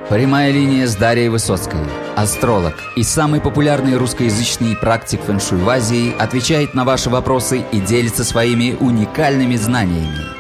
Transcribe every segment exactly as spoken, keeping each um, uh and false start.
Прямая линия с Дарьей Высоцкой, астролог и самый популярный русскоязычный практик фэн-шуй в Азии, отвечает на ваши вопросы и делится своими уникальными знаниями.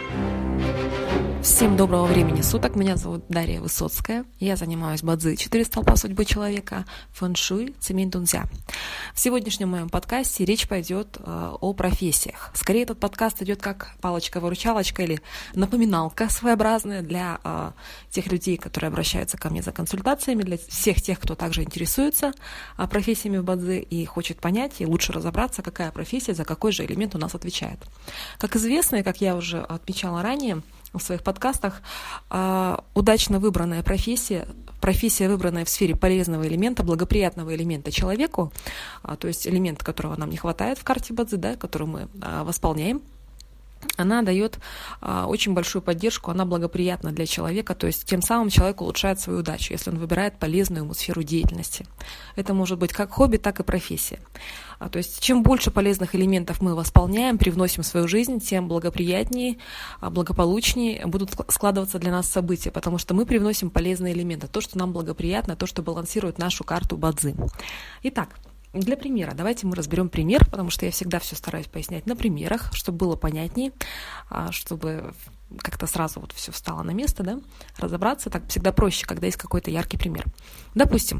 Всем доброго времени суток, меня зовут Дарья Высоцкая, я занимаюсь бадзи «Четыре столпа судьбы человека», фэн-шуй, циминь дунцзя. В сегодняшнем моем подкасте речь пойдет э, о профессиях. Скорее, этот подкаст идет как палочка-выручалочка или напоминалка своеобразная для э, тех людей, которые обращаются ко мне за консультациями, для всех тех, кто также интересуется э, профессиями в бадзи и хочет понять и лучше разобраться, какая профессия за какой же элемент у нас отвечает. Как известно, и как я уже отмечала ранее, в своих подкастах, удачно выбранная профессия, профессия, выбранная в сфере полезного элемента, благоприятного элемента человеку, то есть элемент, которого нам не хватает в карте бадзи, да, который мы восполняем, она дает а, очень большую поддержку, она благоприятна для человека, то есть тем самым человек улучшает свою удачу, если он выбирает полезную ему сферу деятельности. Это может быть как хобби, так и профессия. А, то есть чем больше полезных элементов мы восполняем, привносим в свою жизнь, тем благоприятнее, а, благополучнее будут складываться для нас события, потому что мы привносим полезные элементы, то, что нам благоприятно, то, что балансирует нашу карту бадзи. Итак, для примера, давайте мы разберем пример, потому что я всегда все стараюсь пояснять на примерах, чтобы было понятнее, чтобы как-то сразу вот все встало на место, да, разобраться. Так всегда проще, когда есть какой-то яркий пример. Допустим,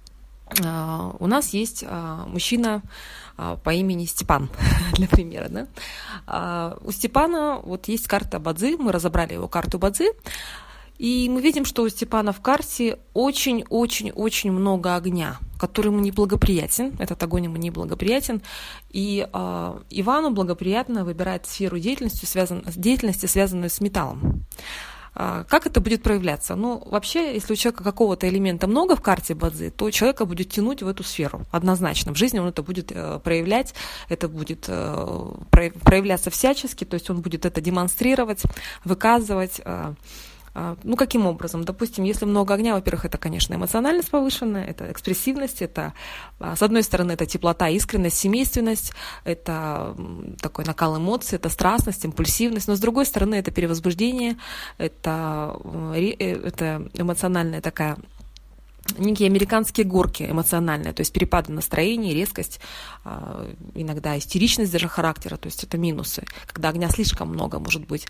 у нас есть мужчина по имени Степан, для примера, да. У Степана вот есть карта бадзи, мы разобрали его карту бадзи, и мы видим, что у Степана в карте очень-очень-очень много огня, который ему неблагоприятен. Этот огонь ему неблагоприятен. И э, Ивану благоприятно выбирать сферу деятельности, связан, деятельности, связанную с металлом. Э, как это будет проявляться? Ну, вообще, если у человека какого-то элемента много в карте бадзи, то человека будет тянуть в эту сферу. Однозначно. В жизни он это будет э, проявлять, это будет э, проявляться всячески, то есть он будет это демонстрировать, выказывать. Э, Ну, каким образом? Допустим, если много огня, во-первых, это, конечно, эмоциональность повышенная, это экспрессивность, это, с одной стороны, это теплота, искренность, семейственность, это такой накал эмоций, это страстность, импульсивность, но, с другой стороны, это перевозбуждение, это, это эмоциональная такая, некие американские горки эмоциональные, то есть перепады настроения, резкость, иногда истеричность даже характера, то есть это минусы, когда огня слишком много, может быть.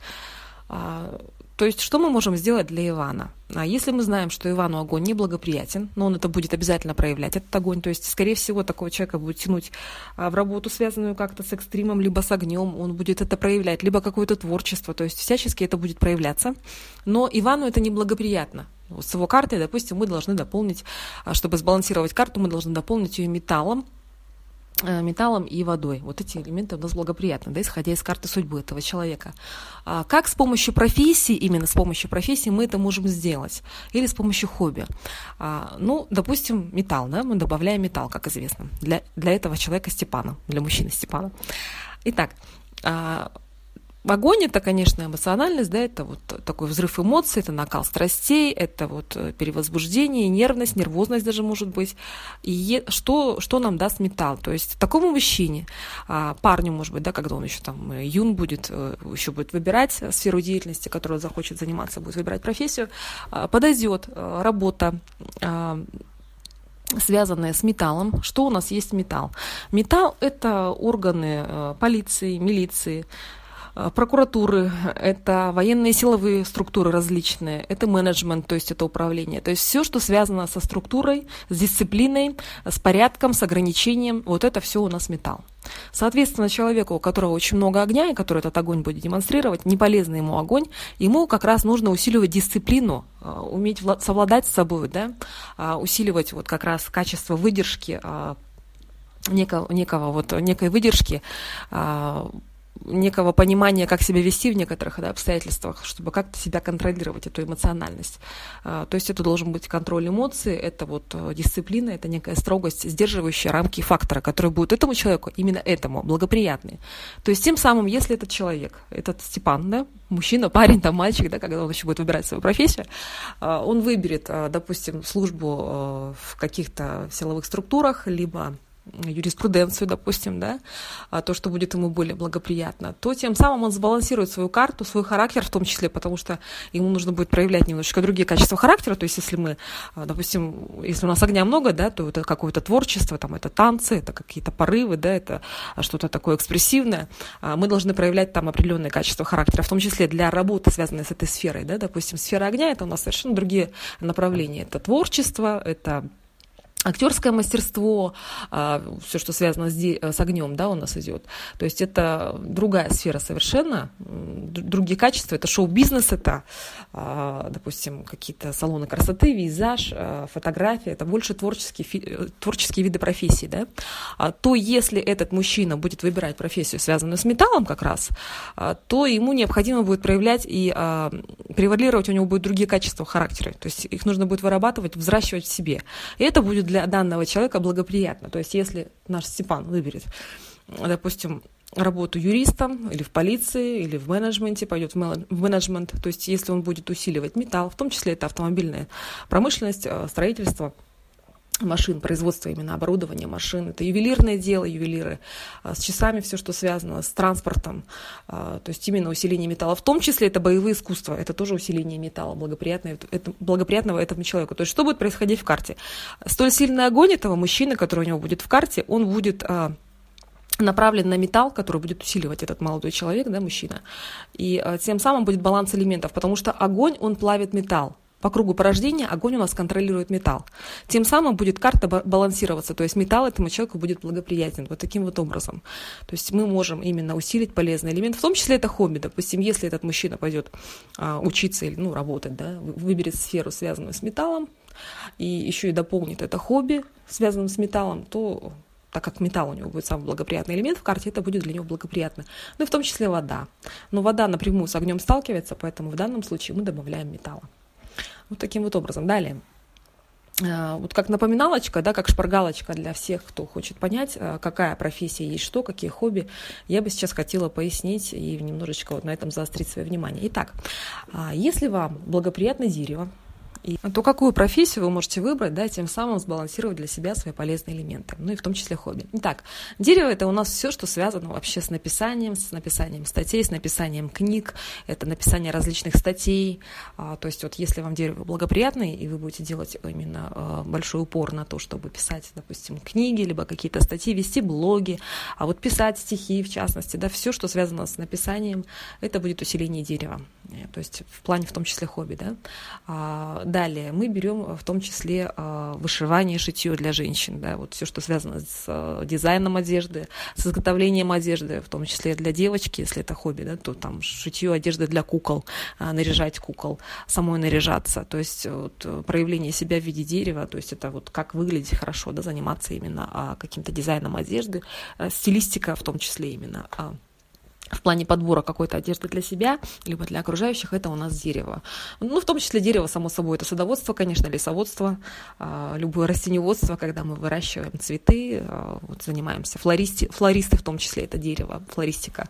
То есть, что мы можем сделать для Ивана? А если мы знаем, что Ивану огонь неблагоприятен, но он это будет обязательно проявлять, этот огонь, то есть, скорее всего, такого человека будет тянуть в работу, связанную как-то с экстримом, либо с огнем, он будет это проявлять, либо какое-то творчество, то есть, всячески это будет проявляться, но Ивану это неблагоприятно. С его картой, допустим, мы должны дополнить, чтобы сбалансировать карту, мы должны дополнить ее металлом, металлом и водой. Вот эти элементы у нас благоприятны, да, исходя из карты судьбы этого человека. А как с помощью профессии, именно с помощью профессии мы это можем сделать? Или с помощью хобби? А, ну, допустим, металл, да, мы добавляем металл, как известно, для, для этого человека Степана, для мужчины Степана. Итак, а, огонь — это, конечно, эмоциональность, да, это вот такой взрыв эмоций, это накал страстей, это вот перевозбуждение, нервность, нервозность даже может быть. И что, что нам даст металл? То есть такому мужчине, парню, может быть, да, когда он еще там юн будет, еще будет выбирать сферу деятельности, которую он захочет заниматься, будет выбирать профессию, подойдет работа, связанные с металлом. Что у нас есть металл? Металл — это органы полиции, милиции, прокуратуры, это военные силовые структуры различные, это менеджмент, то есть это управление. То есть все, что связано со структурой, с дисциплиной, с порядком, с ограничением, вот это все у нас металл. Соответственно, человеку, у которого очень много огня, и который этот огонь будет демонстрировать, не полезный ему огонь, ему как раз нужно усиливать дисциплину, уметь совладать с собой, да, усиливать вот как раз качество выдержки, некого, некого вот, некой выдержки, некого понимания, как себя вести в некоторых, да, обстоятельствах, чтобы как-то себя контролировать, эту эмоциональность. То есть это должен быть контроль эмоций, это вот дисциплина, это некая строгость, сдерживающая рамки фактора, которые будут этому человеку, именно этому, благоприятные. То есть тем самым, если этот человек, этот Степан, да, мужчина, парень, там, мальчик, да, когда он еще будет выбирать свою профессию, он выберет, допустим, службу в каких-то силовых структурах, либо юриспруденцию, допустим, да, то, что будет ему более благоприятно, то тем самым он сбалансирует свою карту, свой характер в том числе, потому что ему нужно будет проявлять немножечко другие качества характера. То есть если мы, допустим, если у нас огня много, да, то это какое-то творчество, там, это танцы, это какие-то порывы, да, это что-то такое экспрессивное. Мы должны проявлять там определенные качества характера, в том числе для работы, связанной с этой сферой, да, допустим, сфера огня — это у нас совершенно другие направления. Это творчество, это актерское мастерство, все, что связано с, с огнем, да, у нас идет. То есть это другая сфера совершенно, другие качества. Это шоу-бизнес, это, допустим, какие-то салоны красоты, визаж, фотография. Это больше творческие, творческие виды профессий, да. То если этот мужчина будет выбирать профессию, связанную с металлом как раз, то ему необходимо будет проявлять и превалировать, у него будут другие качества характера. То есть их нужно будет вырабатывать, взращивать в себе. И это будет для данного человека благоприятно. То есть если наш Степан выберет, допустим, работу юристом или в полиции, или в менеджменте, пойдет в менеджмент, то есть если он будет усиливать металл, в том числе это автомобильная промышленность, строительство машин, производство именно оборудования машин, это ювелирное дело, ювелиры, с часами все, что связано с транспортом, то есть именно усиление металла, в том числе это боевые искусства, это тоже усиление металла, благоприятное, это, благоприятного этому человеку. То есть что будет происходить в карте? Столь сильный огонь этого мужчины, который у него будет в карте, он будет направлен на металл, который будет усиливать этот молодой человек, да, мужчина, и тем самым будет баланс элементов, потому что огонь, он плавит металл. По кругу порождения огонь у нас контролирует металл. Тем самым будет карта балансироваться, то есть металл этому человеку будет благоприятен вот таким вот образом. То есть мы можем именно усилить полезный элемент, в том числе это хобби. Допустим, если этот мужчина пойдет а, учиться или ну, работать, да, выберет сферу, связанную с металлом, и еще и дополнит это хобби, связанным с металлом, то так как металл у него будет самый благоприятный элемент в карте, это будет для него благоприятно. Ну и в том числе вода. Но вода напрямую с огнем сталкивается, поэтому в данном случае мы добавляем металла. Вот таким вот образом. Далее. Вот как напоминалочка, да, как шпаргалочка для всех, кто хочет понять, какая профессия есть что, какие хобби, я бы сейчас хотела пояснить и немножечко вот на этом заострить свое внимание. Итак, если вам благоприятно дерево, и то какую профессию вы можете выбрать, да, тем самым сбалансировать для себя свои полезные элементы, ну и в том числе хобби. Итак, дерево — это у нас все, что связано вообще с написанием, с написанием статей, с написанием книг, это написание различных статей, а, то есть вот если вам дерево благоприятное, и вы будете делать именно а, большой упор на то, чтобы писать, допустим, книги, либо какие-то статьи, вести блоги, а вот писать стихи, в частности, да, все, что связано с написанием, это будет усиление дерева, то есть в плане в том числе хобби, да. А, Далее мы берем в том числе э, вышивание и шитье для женщин, да, вот все, что связано с э, дизайном одежды, с изготовлением одежды, в том числе для девочки, если это хобби, да, то там шитье одежды для кукол, э, наряжать кукол, самой наряжаться, то есть вот, проявление себя в виде дерева, то есть это вот как выглядеть хорошо, да, заниматься именно а, каким-то дизайном одежды, а, стилистика в том числе именно. А, в плане подбора какой-то одежды для себя, либо для окружающих, это у нас дерево. Ну, в том числе дерево, само собой, это садоводство, конечно, лесоводство, любое растениеводство, когда мы выращиваем цветы, вот, занимаемся флористи, флористы в том числе, это дерево, флористика,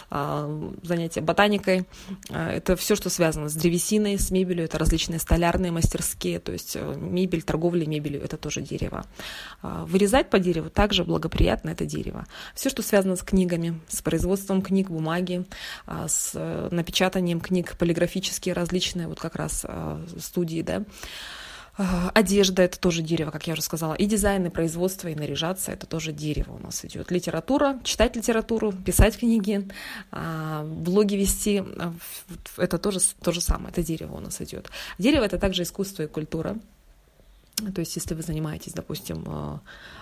занятия ботаникой, это все, что связано с древесиной, с мебелью, это различные столярные мастерские, то есть мебель, торговля мебелью, это тоже дерево. Вырезать по дереву также благоприятно, это дерево. Все, что связано с книгами, с производством книг, бумаги, с напечатанием книг, полиграфические различные, вот как раз студии, да. Одежда — это тоже дерево, как я уже сказала, и дизайн, и производство, и наряжаться — это тоже дерево у нас идет. Литература, читать литературу, писать книги, блоги вести — это тоже то же самое, это дерево у нас идет. Дерево — это также искусство и культура. То есть если вы занимаетесь, допустим,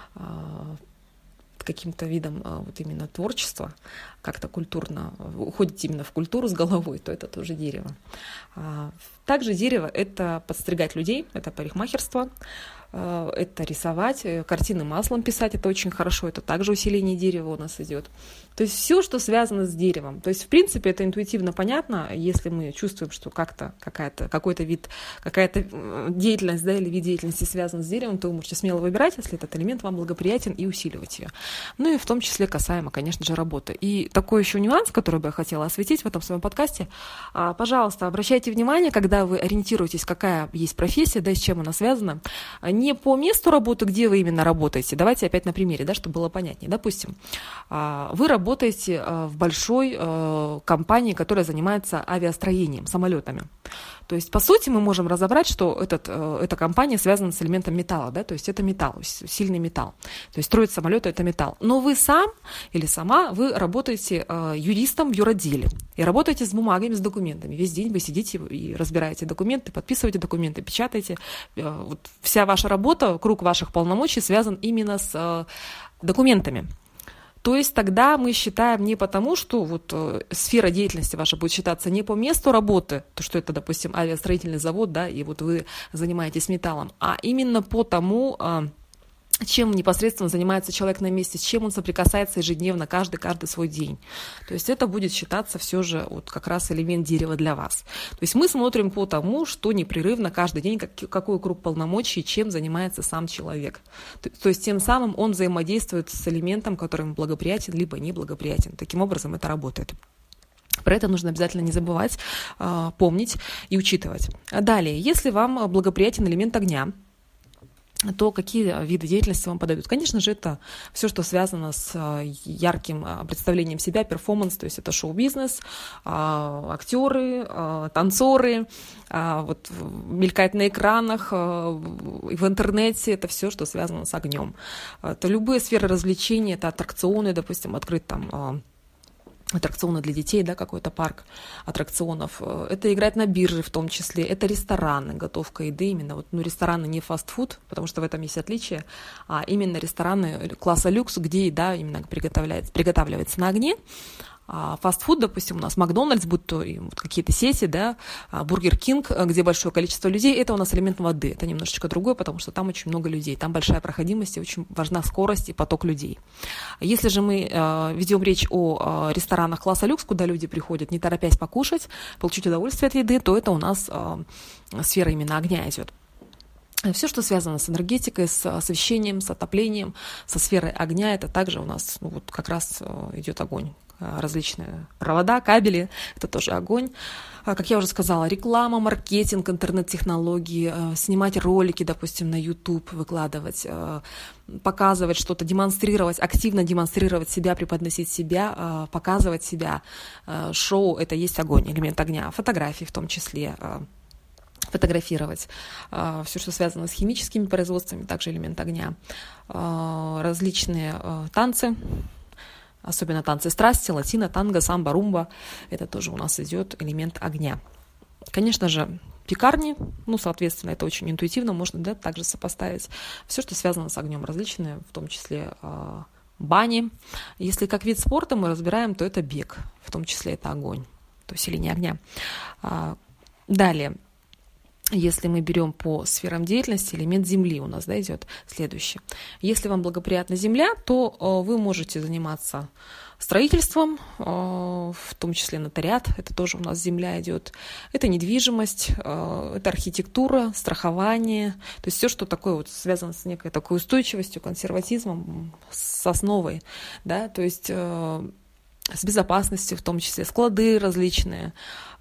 каким-то видом вот именно творчества, как-то культурно, уходите именно в культуру с головой, то это тоже дерево. Также дерево — это подстригать людей, это парикмахерство, это рисовать, картины маслом писать, это очень хорошо, это также усиление дерева у нас идет. То есть все, что связано с деревом. То есть, в принципе, это интуитивно понятно, если мы чувствуем, что как-то какая-то, какой-то вид, какая-то деятельность, да, или вид деятельности связан с деревом, то вы можете смело выбирать, если этот элемент вам благоприятен, и усиливать ее. Ну и в том числе касаемо, конечно же, работы. И такой еще нюанс, который бы я хотела осветить в этом своем подкасте. Пожалуйста, обращайте внимание, когда вы ориентируетесь, какая есть профессия, да, и с чем она связана. не по месту работы, где вы именно работаете. Давайте опять на примере, да, чтобы было понятнее. Допустим, вы работаете в большой компании, которая занимается авиастроением, самолетами. То есть, по сути, мы можем разобрать, что этот, эта компания связана с элементом металла, да, то есть это металл, сильный металл. То есть строить самолеты – это металл. Но вы сам или сама, вы работаете юристом в юротделе и работаете с бумагами, с документами. Весь день вы сидите и разбираете документы, подписываете документы, печатаете. Вот вся ваша работа, круг ваших полномочий связан именно с документами. То есть тогда мы считаем не потому, что вот э, сфера деятельности ваша будет считаться не по месту работы, то что это, допустим, авиастроительный завод, да, и вот вы занимаетесь металлом, а именно по тому, э, чем непосредственно занимается человек на месте, с чем он соприкасается ежедневно, каждый, каждый свой день. То есть это будет считаться все же вот как раз элемент дерева для вас. То есть мы смотрим по тому, что непрерывно каждый день, как, какой круг полномочий, чем занимается сам человек. То, то есть тем самым он взаимодействует с элементом, который благоприятен, либо неблагоприятен. Таким образом это работает. Про это нужно обязательно не забывать, помнить и учитывать. Далее, если вам благоприятен элемент огня, то какие виды деятельности вам подойдут? Конечно же, это все, что связано с ярким представлением себя, перформанс, то есть это шоу-бизнес, актеры, танцоры, вот, мелькать на экранах, в интернете, это все, что связано с огнем. Это любые сферы развлечений, это аттракционы, допустим, открыть там аттракционы для детей, да, какой-то парк аттракционов. Это играть на бирже в том числе, это рестораны, готовка еды именно. Вот, ну, рестораны не фастфуд, потому что в этом есть отличие, а именно рестораны класса люкс, где еда именно приготовляется, приготавливается на огне. Фастфуд, допустим, у нас Макдональдс, будь то и вот какие-то сети, да, Бургер Кинг, где большое количество людей, это у нас элемент воды, это немножечко другое, потому что там очень много людей, там большая проходимость и очень важна скорость и поток людей. Если же мы э, ведем речь о э, ресторанах класса люкс, куда люди приходят, не торопясь покушать, получить удовольствие от еды, то это у нас э, сфера именно огня идет. Все, что связано с энергетикой, с освещением, с отоплением, со сферой огня, это также у нас ну, вот как раз идет огонь. Различные провода, кабели, это тоже огонь. Как я уже сказала, реклама, маркетинг, интернет-технологии, снимать ролики, допустим, на YouTube, выкладывать, показывать что-то, демонстрировать, активно демонстрировать себя, преподносить себя, показывать себя. Шоу — это есть огонь, элемент огня, фотографии в том числе, фотографировать. Все, что связано с химическими производствами, также элемент огня. Различные танцы, особенно танцы страсти, латино, танго, самбо, румба. Это тоже у нас идет элемент огня. Конечно же, пекарни, ну, соответственно, это очень интуитивно, можно, да, также сопоставить. Все, что связано с огнем, различные, в том числе э, бани. Если как вид спорта мы разбираем, то это бег, в том числе это огонь, то усиление огня. А, далее. Если мы берем по сферам деятельности, элемент земли у нас, да, идет следующий. Если вам благоприятна земля, то э, вы можете заниматься строительством, э, в том числе нотариат, это тоже у нас земля идет. Это недвижимость, э, это архитектура, страхование, то есть все, что такое вот связано с некой такой устойчивостью, консерватизмом, с основой, да, то есть э, с безопасностью, в том числе склады различные,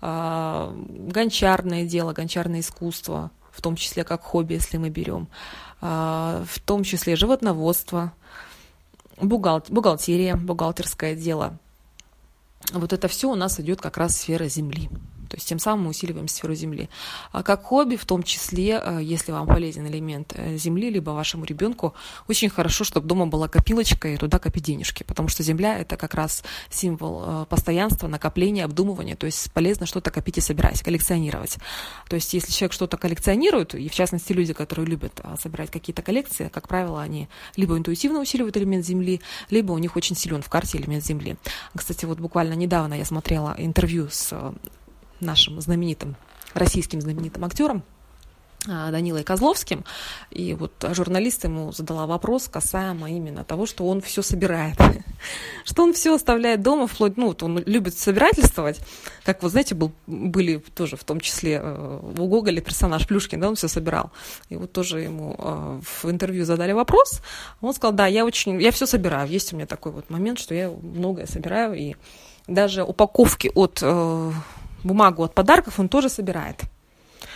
гончарное дело, гончарное искусство, в том числе как хобби, если мы берем, в том числе животноводство, бухгалтерия, бухгалтерское дело. Вот это все у нас идет как раз сфера земли. То есть тем самым мы усиливаем сферу земли. А как хобби, в том числе, если вам полезен элемент земли, либо вашему ребенку, очень хорошо, чтобы дома была копилочка и туда копить денежки, потому что земля – это как раз символ постоянства, накопления, обдумывания, то есть полезно что-то копить и собирать, коллекционировать. То есть если человек что-то коллекционирует, и в частности люди, которые любят собирать какие-то коллекции, как правило, они либо интуитивно усиливают элемент земли, либо у них очень силен в карте элемент земли. Кстати, вот буквально недавно я смотрела интервью с нашим знаменитым, российским знаменитым актером Данилой Козловским, и вот журналист ему задала вопрос касаемо именно того, что он все собирает, что он все оставляет дома, вплоть, ну, вот он любит собирательствовать, как, вот знаете, был, были тоже в том числе у Гоголя персонаж Плюшкин, да, он все собирал, и вот тоже ему в интервью задали вопрос, он сказал, да, я очень, я все собираю, есть у меня такой вот момент, что я многое собираю, и даже упаковки от бумагу от подарков он тоже собирает.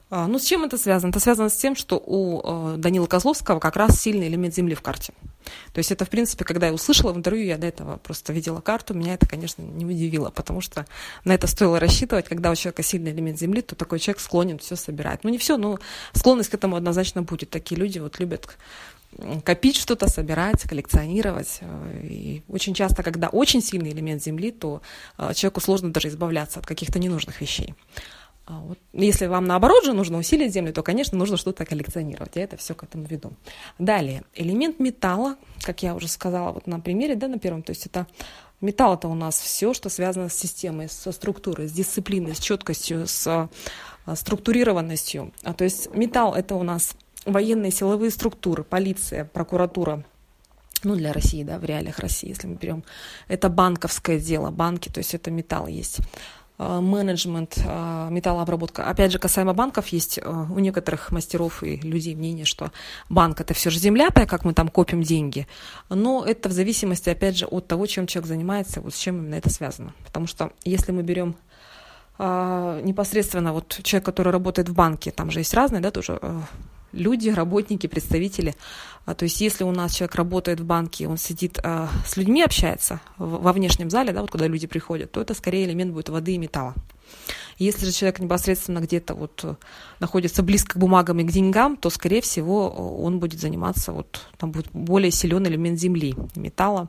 Ну, с чем это связано? Это связано с тем, что у Данилы Козловского как раз сильный элемент Земли в карте. То есть это, в принципе, когда я услышала в интервью, я до этого просто видела карту, меня это, конечно, не удивило, потому что на это стоило рассчитывать. Когда у человека сильный элемент Земли, то такой человек склонен все собирать. Ну, не все, но склонность к этому однозначно будет. Такие люди вот любят копить что-то, собирать, коллекционировать. И очень часто, когда очень сильный элемент Земли, то человеку сложно даже избавляться от каких-то ненужных вещей. А вот если вам, наоборот, же нужно усилить Землю, то, конечно, нужно что-то коллекционировать. Я это все к этому веду. Далее, элемент металла, как я уже сказала вот на примере, да, на первом, то есть это металл, это у нас все, что связано с системой, со структурой, с дисциплиной, с четкостью, с структурированностью. А, то есть металл – это у нас военные силовые структуры, полиция, прокуратура, ну, для России, да, в реалиях России, если мы берем, это банковское дело, банки, то есть это металл есть. Менеджмент, металлообработка. Опять же, касаемо банков, есть у некоторых мастеров и людей мнение, что банк – это все же земля, как мы там копим деньги. Но это в зависимости, опять же, от того, чем человек занимается, вот с чем именно это связано. Потому что если мы берем непосредственно вот человек, который работает в банке, там же есть разные, да, тоже люди, работники, представители. То есть если у нас человек работает в банке, он сидит а, с людьми, общается во внешнем зале, да, вот когда люди приходят, то это скорее элемент будет воды и металла. Если же человек непосредственно где-то вот находится близко к бумагам и к деньгам, то, скорее всего, он будет заниматься, вот там будет более силен элемент земли, металла,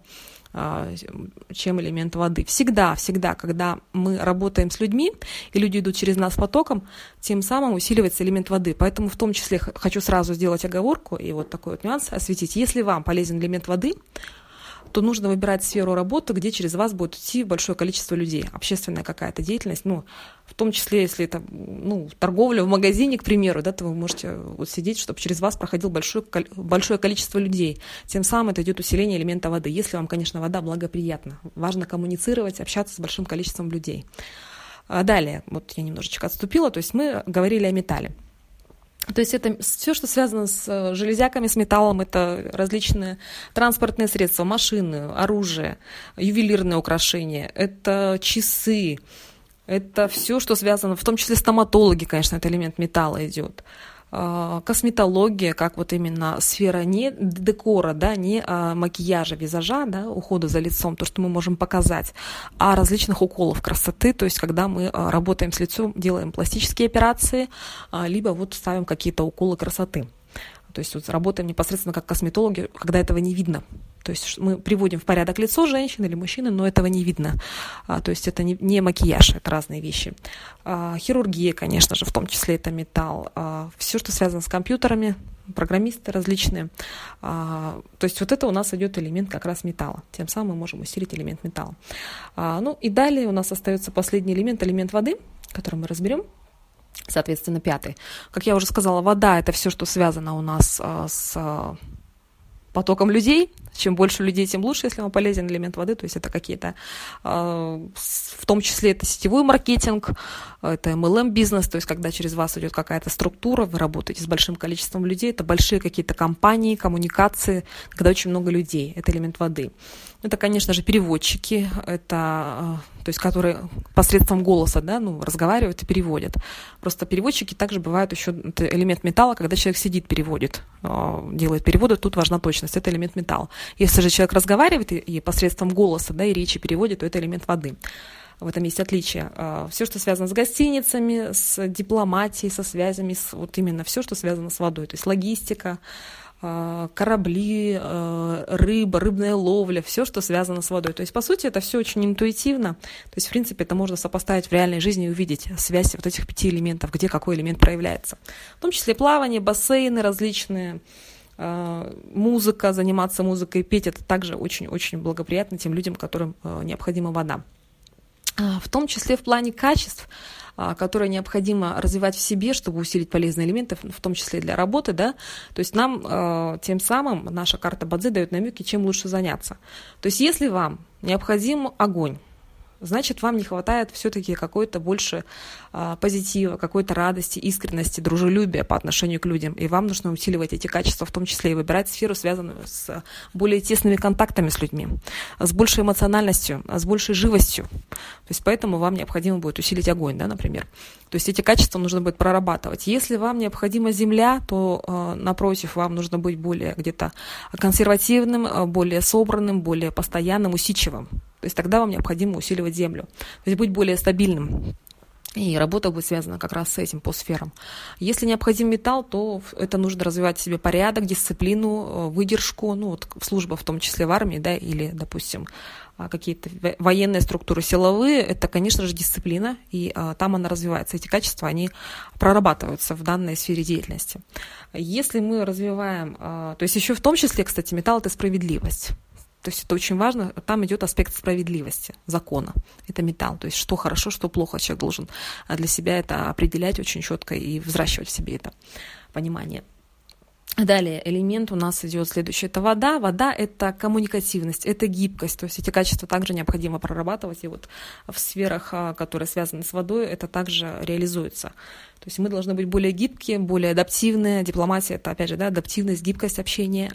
чем элемент воды. Всегда, всегда, когда мы работаем с людьми, и люди идут через нас потоком, тем самым усиливается элемент воды. Поэтому в том числе хочу сразу сделать оговорку и вот такой вот нюанс осветить. Если вам полезен элемент воды, то нужно выбирать сферу работы, где через вас будет идти большое количество людей, общественная какая-то деятельность, ну, в том числе, если это, ну, торговля в магазине, к примеру, да, то вы можете вот сидеть, чтобы через вас проходило большое, большое количество людей. Тем самым это идет усиление элемента воды. Если вам, конечно, вода благоприятна, важно коммуницировать, общаться с большим количеством людей. Далее, вот я немножечко отступила, то есть мы говорили о металле. То есть это все, что связано с железяками, с металлом, это различные транспортные средства, машины, оружие, ювелирные украшения, это часы, это все, что связано, в том числе стоматологи, конечно, это элемент металла идет. Косметология, как вот именно сфера не декора, да, не макияжа, визажа, да, ухода за лицом, то, что мы можем показать, а различных уколов красоты, то есть когда мы работаем с лицом, делаем пластические операции, либо вот ставим какие-то уколы красоты. То есть вот работаем непосредственно как косметологи, когда этого не видно. То есть мы приводим в порядок лицо женщины или мужчины, но этого не видно. А, то есть это не, не макияж, это разные вещи. А, хирургия, конечно же, в том числе это металл. А, все, что связано с компьютерами, программисты различные. А, то есть вот это у нас идет элемент как раз металла. Тем самым мы можем усилить элемент металла. А, ну и далее у нас остается последний элемент, элемент воды, который мы разберем. Соответственно, пятый. Как я уже сказала, вода – это все, что связано у нас а, с а, потоком людей. Чем больше людей, тем лучше, если вам полезен элемент воды. То есть это какие-то, а, в том числе это сетевой маркетинг, это эм эл эм-бизнес, то есть когда через вас идет какая-то структура, вы работаете с большим количеством людей, это большие какие-то компании, коммуникации, когда очень много людей. Это элемент воды. Это, конечно же, переводчики, это, то есть, которые посредством голоса, да, ну, разговаривают и переводят. Просто переводчики также бывают еще это элемент металла, когда человек сидит, переводит, делает переводы, тут важна точность, это элемент металла. Если же человек разговаривает и, и посредством голоса, да, и речи переводит, то это элемент воды. В этом есть отличие. Все, что связано с гостиницами, с дипломатией, со связями, с, вот именно все, что связано с водой, то есть логистика, корабли, рыба, рыбная ловля, все, что связано с водой. То есть, по сути, это все очень интуитивно. То есть, в принципе, это можно сопоставить в реальной жизни и увидеть связь вот этих пяти элементов, где какой элемент проявляется. В том числе плавание, бассейны различные, музыка, заниматься музыкой, петь. Это также очень-очень благоприятно тем людям, которым необходима вода. В том числе в плане качеств, которые необходимо развивать в себе, чтобы усилить полезные элементы, в том числе для работы, да, то есть нам тем самым наша карта Бадзи дает намеки, чем лучше заняться. То есть если вам необходим огонь, Значит, вам не хватает все-таки какой-то больше а, позитива, какой-то радости, искренности, дружелюбия по отношению к людям. И вам нужно усиливать эти качества, в том числе и выбирать сферу, связанную с более тесными контактами с людьми, с большей эмоциональностью, с большей живостью. То есть поэтому вам необходимо будет усилить огонь, да, например. То есть эти качества нужно будет прорабатывать. Если вам необходима земля, то, э, напротив, вам нужно быть более где-то консервативным, более собранным, более постоянным, усидчивым. То есть тогда вам необходимо усиливать землю. То есть быть более стабильным. И работа будет связана как раз с этим по сферам. Если необходим металл, то это нужно развивать в себе порядок, дисциплину, выдержку, ну вот служба в том числе в армии, да, или, допустим, какие-то военные структуры силовые, это, конечно же, дисциплина, и а, там она развивается. Эти качества, они прорабатываются в данной сфере деятельности. Если мы развиваем, а, то есть еще в том числе, кстати, металл – это справедливость. То есть это очень важно, там идет аспект справедливости, закона. Это металл, то есть что хорошо, что плохо человек должен для себя это определять очень четко и взращивать в себе это понимание. Далее элемент у нас идет следующий, это вода. Вода – это коммуникативность, это гибкость, то есть эти качества также необходимо прорабатывать, и вот в сферах, которые связаны с водой, это также реализуется. То есть мы должны быть более гибкие, более адаптивные. Дипломатия – это, опять же, да, адаптивность, гибкость общения.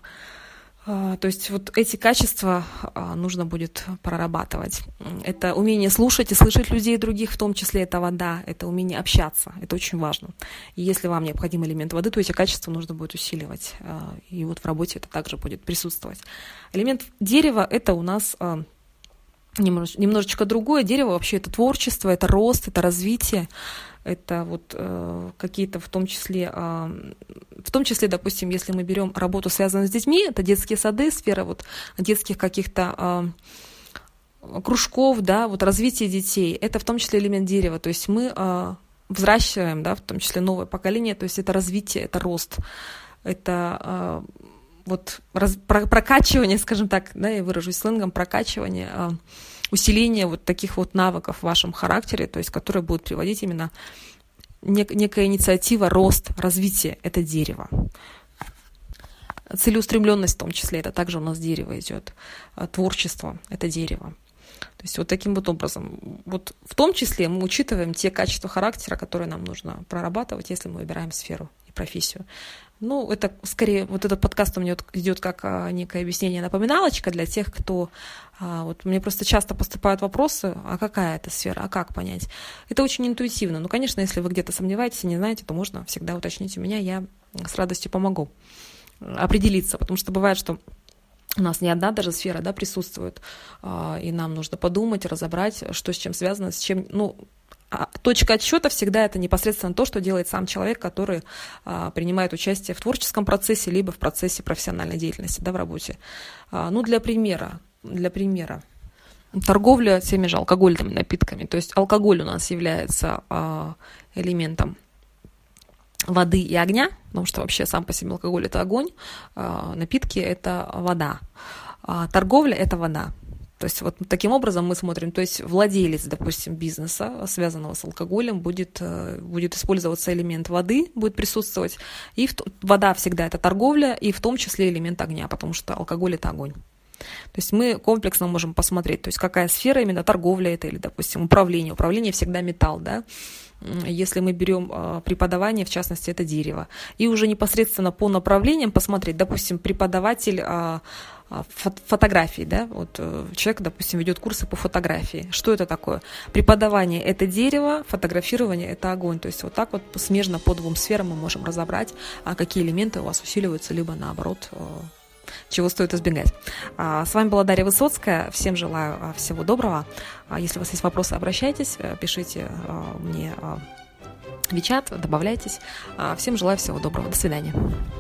То есть вот эти качества нужно будет прорабатывать. Это умение слушать и слышать людей других, в том числе это вода, это умение общаться, это очень важно. И если вам необходим элемент воды, то эти качества нужно будет усиливать. И вот в работе это также будет присутствовать. Элемент дерева – это у нас немножечко другое. Дерево вообще это творчество, это рост, это развитие. Это вот э, какие-то в том числе, э, в том числе, допустим, если мы берем работу, связанную с детьми, это детские сады, сфера вот детских каких-то э, кружков, да, вот развитие детей, это в том числе элемент дерева, то есть мы э, взращиваем, да, в том числе новое поколение, то есть это развитие, это рост, это э, вот раз, про, прокачивание, скажем так, да, я выражусь сленгом, прокачивание, э, усиление вот таких вот навыков в вашем характере, то есть которые будут приводить именно нек- некая инициатива, рост, развитие, это дерево. Целеустремленность в том числе, это также у нас дерево идет. Творчество, это дерево. То есть вот таким вот образом, вот в том числе мы учитываем те качества характера, которые нам нужно прорабатывать, если мы выбираем сферу и профессию. Ну, это скорее, вот этот подкаст у меня идет как а, некое объяснение, напоминалочка для тех, кто... А, вот мне просто часто поступают вопросы, а какая это сфера, а как понять? Это очень интуитивно. Ну, конечно, если вы где-то сомневаетесь и не знаете, то можно всегда уточнить у меня, я с радостью помогу определиться, потому что бывает, что у нас не одна даже сфера, да, присутствует, а, и нам нужно подумать, разобрать, что с чем связано, с чем... ну. А точка отсчета всегда это непосредственно то, что делает сам человек, который а, принимает участие в творческом процессе, либо в процессе профессиональной деятельности, да, в работе. А, ну, для примера, для примера, торговля теми же алкогольными напитками. То есть алкоголь у нас является а, элементом воды и огня, потому что вообще сам по себе алкоголь – это огонь, а, напитки – это вода, а, торговля – это вода. То есть вот таким образом мы смотрим, то есть владелец, допустим, бизнеса, связанного с алкоголем, будет, будет использоваться элемент воды, будет присутствовать, и в, вода всегда это торговля, и в том числе элемент огня, потому что алкоголь – это огонь. То есть мы комплексно можем посмотреть, то есть какая сфера именно торговля это или, допустим, управление. Управление всегда металл, да. Если мы берем преподавание, в частности, это дерево. И уже непосредственно по направлениям посмотреть, допустим, преподаватель фотографии, да, вот человек, допустим, ведет курсы по фотографии. Что это такое? Преподавание – это дерево, фотографирование – это огонь. То есть вот так вот смежно по двум сферам мы можем разобрать, какие элементы у вас усиливаются, либо наоборот, чего стоит избегать. С вами была Дарья Высоцкая. Всем желаю всего доброго. Если у вас есть вопросы, обращайтесь, пишите мне в чат, добавляйтесь. Всем желаю всего доброго. До свидания.